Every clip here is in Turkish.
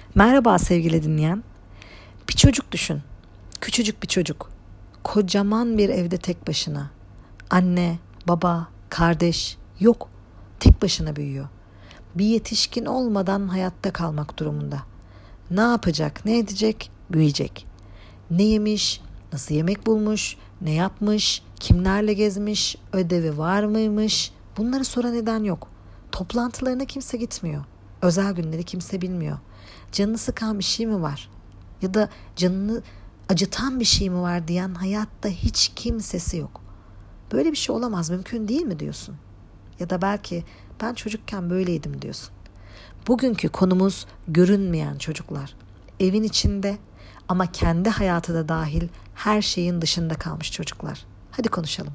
Merhaba sevgili dinleyen. Bir çocuk düşün. Küçücük bir çocuk. Kocaman bir evde tek başına. Anne, baba, kardeş yok. Tek başına büyüyor. Bir yetişkin olmadan hayatta kalmak durumunda. Ne yapacak, ne edecek? Büyüyecek. Ne yemiş, nasıl yemek bulmuş, ne yapmış, kimlerle gezmiş, ödevi var mıymış? Bunları soran neden yok. Toplantılarına kimse gitmiyor. Özel günleri kimse bilmiyor. Canını sıkan bir şey mi var? Ya da canını acıtan bir şey mi var diyen hayatta hiç kimsesi yok. Böyle bir şey olamaz, mümkün değil mi diyorsun? Ya da belki ben çocukken böyleydim diyorsun. Bugünkü konumuz görünmeyen çocuklar. Evin içinde ama kendi hayatı da dahil her şeyin dışında kalmış çocuklar. Hadi konuşalım.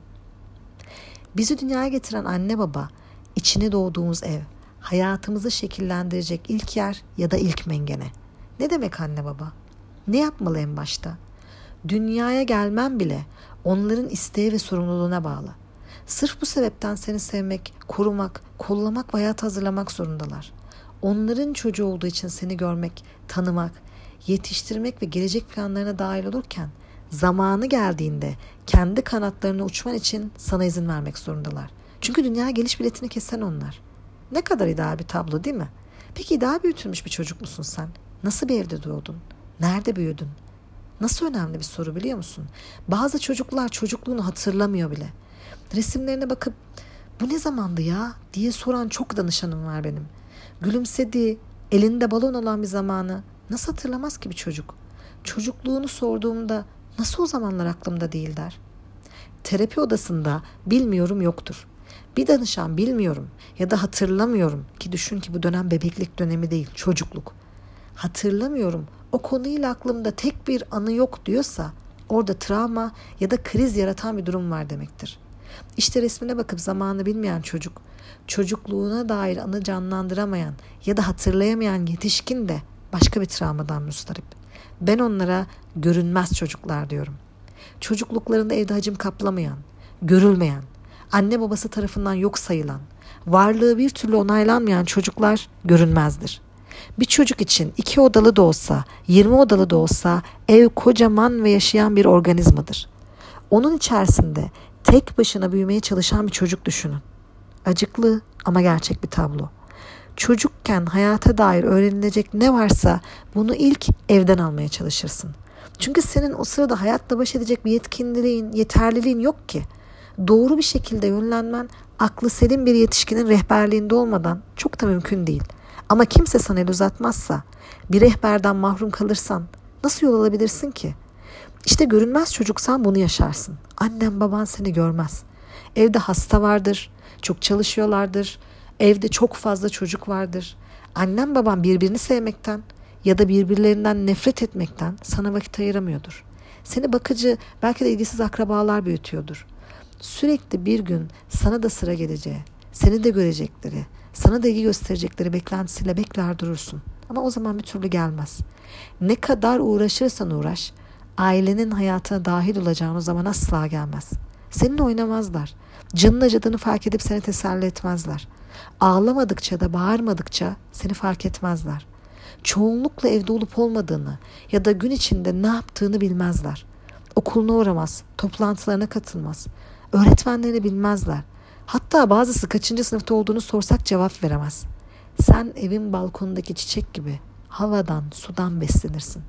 Bizi dünyaya getiren anne baba, içine doğduğumuz ev, hayatımızı şekillendirecek ilk yer ya da ilk mengene. Ne demek anne baba? Ne yapmalı en başta? Dünyaya gelmem bile onların isteği ve sorumluluğuna bağlı. Sırf bu sebepten seni sevmek, korumak, kollamak ve hayata hazırlamak zorundalar. Onların çocuğu olduğu için seni görmek, tanımak, yetiştirmek ve gelecek planlarına dahil olurken zamanı geldiğinde kendi kanatlarına uçman için sana izin vermek zorundalar. Çünkü dünyaya geliş biletini kesen onlar. Ne kadar ideal bir tablo değil mi? Peki ideal büyütülmüş bir çocuk musun sen? Nasıl bir evde doğdun? Nerede büyüdün? Nasıl önemli bir soru biliyor musun? Bazı çocuklar çocukluğunu hatırlamıyor bile. Resimlerine bakıp bu ne zamandı ya diye soran çok danışanım var benim. Gülümsediği, elinde balon olan bir zamanı nasıl hatırlamaz ki bir çocuk? Çocukluğunu sorduğumda nasıl o zamanlar aklımda değil der. Terapi odasında bilmiyorum yoktur. Bir danışan bilmiyorum ya da hatırlamıyorum ki düşün ki bu dönem bebeklik dönemi değil, çocukluk. Hatırlamıyorum, o konuyla aklımda tek bir anı yok diyorsa orada travma ya da kriz yaratan bir durum var demektir. İşte resmine bakıp zamanı bilmeyen çocuk, çocukluğuna dair anı canlandıramayan ya da hatırlayamayan yetişkin de başka bir travmadan müzdarip. Ben onlara görünmez çocuklar diyorum. Çocukluklarında evde hacim kaplamayan, görülmeyen, anne babası tarafından yok sayılan, varlığı bir türlü onaylanmayan çocuklar görünmezdir. Bir çocuk için 2 odalı da olsa, 20 odalı da olsa ev kocaman ve yaşayan bir organizmadır. Onun içerisinde tek başına büyümeye çalışan bir çocuk düşünün. Acıklı ama gerçek bir tablo. Çocukken hayata dair öğrenilecek ne varsa bunu ilk evden almaya çalışırsın. Çünkü senin o sırada hayatla baş edecek bir yetkinliğin, yeterliliğin yok ki. Doğru bir şekilde yönlenmen aklı selim bir yetişkinin rehberliğinde olmadan çok da mümkün değil. Ama kimse sana el uzatmazsa, bir rehberden mahrum kalırsan nasıl yol alabilirsin ki? İşte görünmez çocuksan bunu yaşarsın. Annen baban seni görmez. Evde hasta vardır, çok çalışıyorlardır, evde çok fazla çocuk vardır. Annen baban birbirini sevmekten ya da birbirlerinden nefret etmekten sana vakit ayıramıyordur. Seni bakıcı, belki de ilgisiz akrabalar büyütüyordur. Sürekli bir gün sana da sıra geleceği, seni de görecekleri, sana da ilgi gösterecekleri beklentisiyle bekler durursun. Ama o zaman bir türlü gelmez. Ne kadar uğraşırsan uğraş, ailenin hayatına dahil olacağın o zaman asla gelmez. Seninle oynamazlar. Canın acıdığını fark edip seni teselli etmezler. Ağlamadıkça da bağırmadıkça seni fark etmezler. Çoğunlukla evde olup olmadığını ya da gün içinde ne yaptığını bilmezler. Okuluna uğramaz, toplantılarına katılmaz. Öğretmenlerini bilmezler. Hatta bazısı kaçıncı sınıfta olduğunu sorsak cevap veremez. Sen evin balkonundaki çiçek gibi havadan, sudan beslenirsin.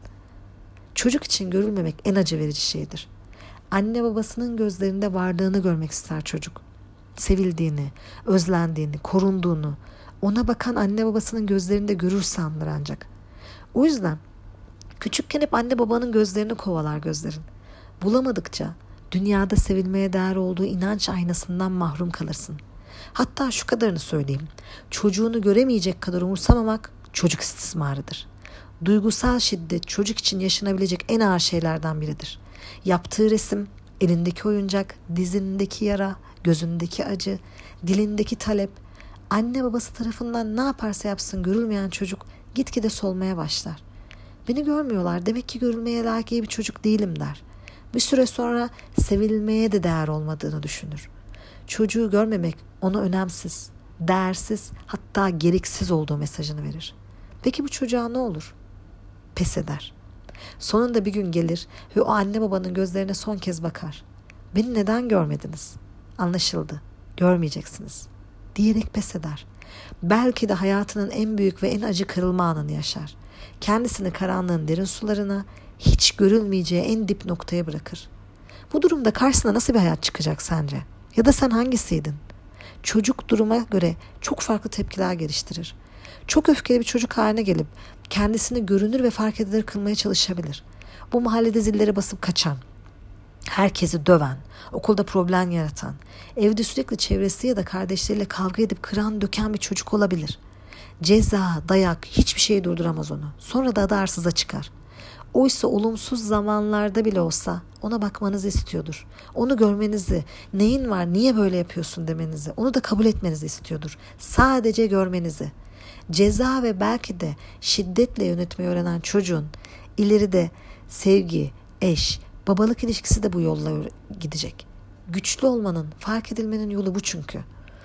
Çocuk için görülmemek en acı verici şeydir. Anne babasının gözlerinde varlığını görmek ister çocuk. Sevildiğini, özlendiğini, korunduğunu, ona bakan anne babasının gözlerinde görürse anlar ancak. O yüzden küçükken hep anne babanın gözlerini kovalar gözlerin. Bulamadıkça dünyada sevilmeye değer olduğu inanç aynasından mahrum kalırsın. Hatta şu kadarını söyleyeyim. Çocuğunu göremeyecek kadar umursamamak çocuk istismarıdır. Duygusal şiddet çocuk için yaşanabilecek en ağır şeylerden biridir. Yaptığı resim, elindeki oyuncak, dizindeki yara, gözündeki acı, dilindeki talep, anne babası tarafından ne yaparsa yapsın görülmeyen çocuk gitgide solmaya başlar. Beni görmüyorlar, demek ki görülmeye layık iyi bir çocuk değilim der. Bir süre sonra sevilmeye de değer olmadığını düşünür. Çocuğu görmemek ona önemsiz, değersiz, hatta gereksiz olduğu mesajını verir. Peki bu çocuğa ne olur? pes eder. Sonunda bir gün gelir ve o anne babanın gözlerine son kez bakar. Beni neden görmediniz? Anlaşıldı, görmeyeceksiniz diyerek pes eder. Belki de hayatının en büyük ve en acı kırılma anını yaşar. Kendisini karanlığın derin sularına, hiç görülmeyeceği en dip noktaya bırakır. Bu durumda karşısına nasıl bir hayat çıkacak sence? Ya da sen hangisiydin? Çocuk duruma göre çok farklı tepkiler geliştirir. Çok öfkeli bir çocuk haline gelip kendisini görünür ve fark edilir kılmaya çalışabilir. Bu mahallede zilleri basıp kaçan, herkesi döven, okulda problem yaratan, evde sürekli çevresi ya da kardeşleriyle kavga edip kıran döken bir çocuk olabilir. Ceza, dayak hiçbir şeyi durduramaz onu. Sonra da adı arsıza çıkar. Oysa olumsuz zamanlarda bile olsa ona bakmanızı istiyordur. Onu görmenizi, neyin var, niye böyle yapıyorsun demenizi, onu da kabul etmenizi istiyordur. Sadece görmenizi. Ceza ve belki de şiddetle yönetmeyi öğrenen çocuğun ileride sevgi, eş, babalık ilişkisi de bu yolla gidecek. Güçlü olmanın, fark edilmenin yolu bu çünkü.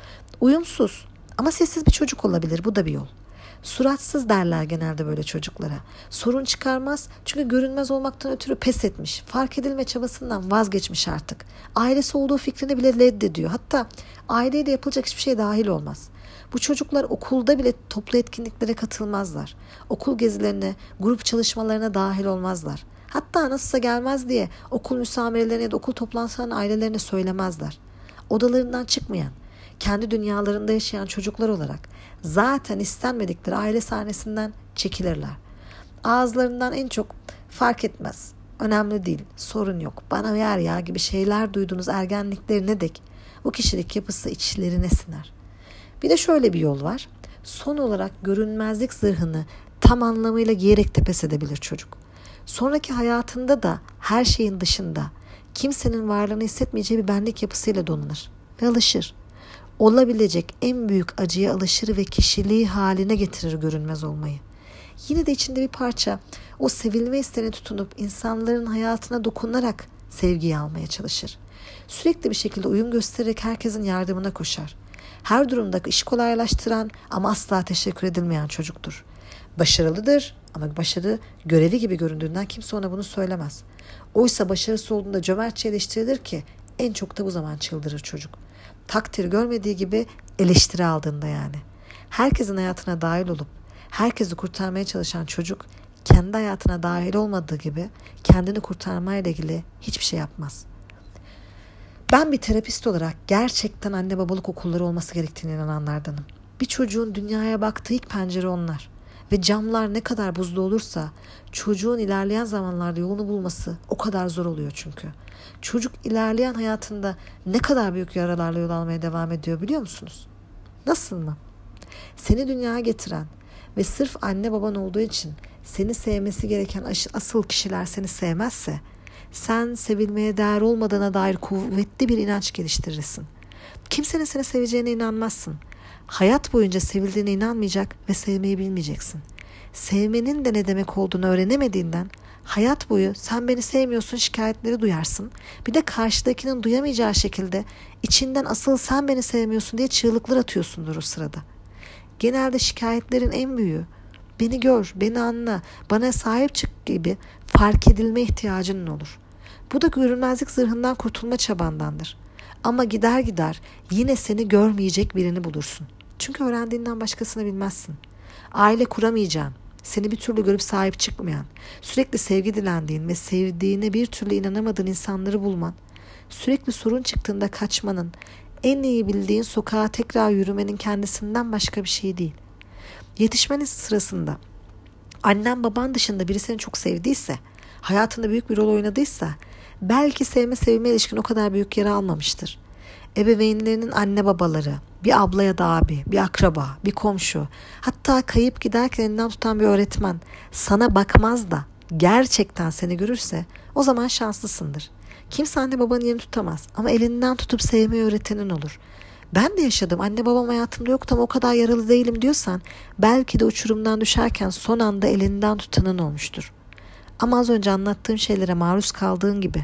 Uyumsuz ama sessiz bir çocuk olabilir, bu da bir yol. Suratsız derler genelde böyle çocuklara. Sorun çıkarmaz çünkü görünmez olmaktan ötürü pes etmiş. Fark edilme çabasından vazgeçmiş artık. Ailesi olduğu fikrini bile reddediyor. Hatta aileyle yapılacak hiçbir şey dahil olmaz. Bu çocuklar okulda bile toplu etkinliklere katılmazlar. Okul gezilerine, grup çalışmalarına dahil olmazlar. Hatta nasılsa gelmez diye okul müsamerelerine ya da okul toplantılarına ailelerine söylemezler. Odalarından çıkmayan, kendi dünyalarında yaşayan çocuklar olarak zaten istenmedikleri aile sahnesinden çekilirler. Ağızlarından en çok fark etmez, önemli değil, sorun yok, bana uyar ya gibi şeyler duyduğunuz ergenliklerine dek bu kişilik yapısı içlerine siner. Bir de şöyle bir yol var. Son olarak görünmezlik zırhını tam anlamıyla giyerek de pes edebilir çocuk. Sonraki hayatında da her şeyin dışında kimsenin varlığını hissetmeyeceği bir benlik yapısıyla donanır ve alışır. Olabilecek en büyük acıya alışır ve kişiliği haline getirir görünmez olmayı. Yine de içinde bir parça o sevilme isteğine tutunup insanların hayatına dokunarak sevgiyi almaya çalışır. Sürekli bir şekilde uyum göstererek herkesin yardımına koşar. Her durumda işi kolaylaştıran ama asla teşekkür edilmeyen çocuktur. Başarılıdır ama başarı görevi gibi göründüğünden kimse ona bunu söylemez. Oysa başarısı olduğunda cömertçe eleştirilir ki en çok da bu zaman çıldırır çocuk. Takdir görmediği gibi eleştiri aldığında yani. Herkesin hayatına dahil olup herkesi kurtarmaya çalışan çocuk kendi hayatına dahil olmadığı gibi kendini kurtarmayla ilgili hiçbir şey yapmaz. Ben bir terapist olarak gerçekten anne babalık okulları olması gerektiğine inananlardanım. Bir çocuğun dünyaya baktığı ilk pencere onlar. Ve camlar ne kadar buzlu olursa çocuğun ilerleyen zamanlarda yolunu bulması o kadar zor oluyor çünkü. Çocuk ilerleyen hayatında ne kadar büyük yaralarla yol almaya devam ediyor biliyor musunuz? Nasıl mı? Seni dünyaya getiren ve sırf anne baban olduğu için seni sevmesi gereken asıl kişiler seni sevmezse sen sevilmeye değer olmadığına dair kuvvetli bir inanç geliştirirsin. Kimsenin seni seveceğine inanmazsın. Hayat boyunca sevildiğine inanmayacak ve sevmeyi bilmeyeceksin. Sevmenin de ne demek olduğunu öğrenemediğinden hayat boyu sen beni sevmiyorsun şikayetleri duyarsın. Bir de karşıdakinin duyamayacağı şekilde içinden asıl sen beni sevmiyorsun diye çığlıklar atıyorsundur o sırada. Genelde şikayetlerin en büyüğü beni gör, beni anla, bana sahip çık gibi fark edilme ihtiyacının olur. Bu da görünmezlik zırhından kurtulma çabandandır. Ama gider gider yine seni görmeyecek birini bulursun. Çünkü öğrendiğinden başkasını bilmezsin. Aile kuramayacağın, seni bir türlü görüp sahip çıkmayan, sürekli sevgi dilendiğin ve sevdiğine bir türlü inanamadığın insanları bulman, sürekli sorun çıktığında kaçmanın, en iyi bildiğin sokağa tekrar yürümenin kendisinden başka bir şey değil. Yetişmenin sırasında annen baban dışında biri seni çok sevdiyse, hayatında büyük bir rol oynadıysa, belki sevme ilişkin o kadar büyük yere almamıştır. Ebeveynlerinin anne babaları, bir abla ya da abi, bir akraba, bir komşu, hatta kayıp giderken elinden tutan bir öğretmen sana bakmaz da gerçekten seni görürse o zaman şanslısındır. Kimse anne babanın yerini tutamaz ama elinden tutup sevmeyi öğretenin olur. Ben de yaşadım, anne babam hayatımda yoktu ama o kadar yaralı değilim diyorsan belki de uçurumdan düşerken son anda elinden tutanın olmuştur. Ama az önce anlattığım şeylere maruz kaldığın gibi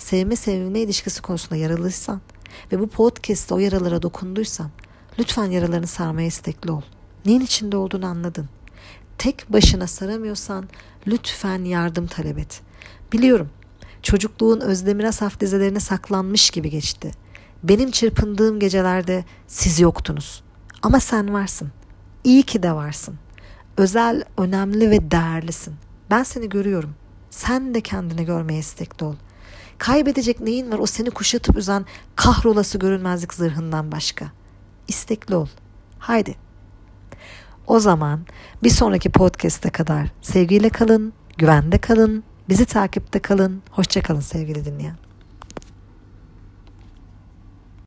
sevme ilişkisi konusunda yaralıysan ve bu podcast'te o yaralara dokunduysan lütfen yaralarını sarmaya istekli ol. Neyin içinde olduğunu anladın. tek başına saramıyorsan lütfen yardım talep et. Biliyorum, çocukluğun Özdemir Asaf dizelerine saklanmış gibi geçti. Benim çırpındığım gecelerde siz yoktunuz. Ama sen varsın. İyi ki de varsın. Özel, önemli ve değerlisin. Ben seni görüyorum. Sen de kendini görmeye istekli ol. Kaybedecek neyin var o seni kuşatıp üzen kahrolası görünmezlik zırhından başka? İstekli ol. Haydi. O zaman bir sonraki podcast'e kadar sevgiyle kalın, güvende kalın, bizi takipte kalın. Hoşça kalın sevgili dinleyen.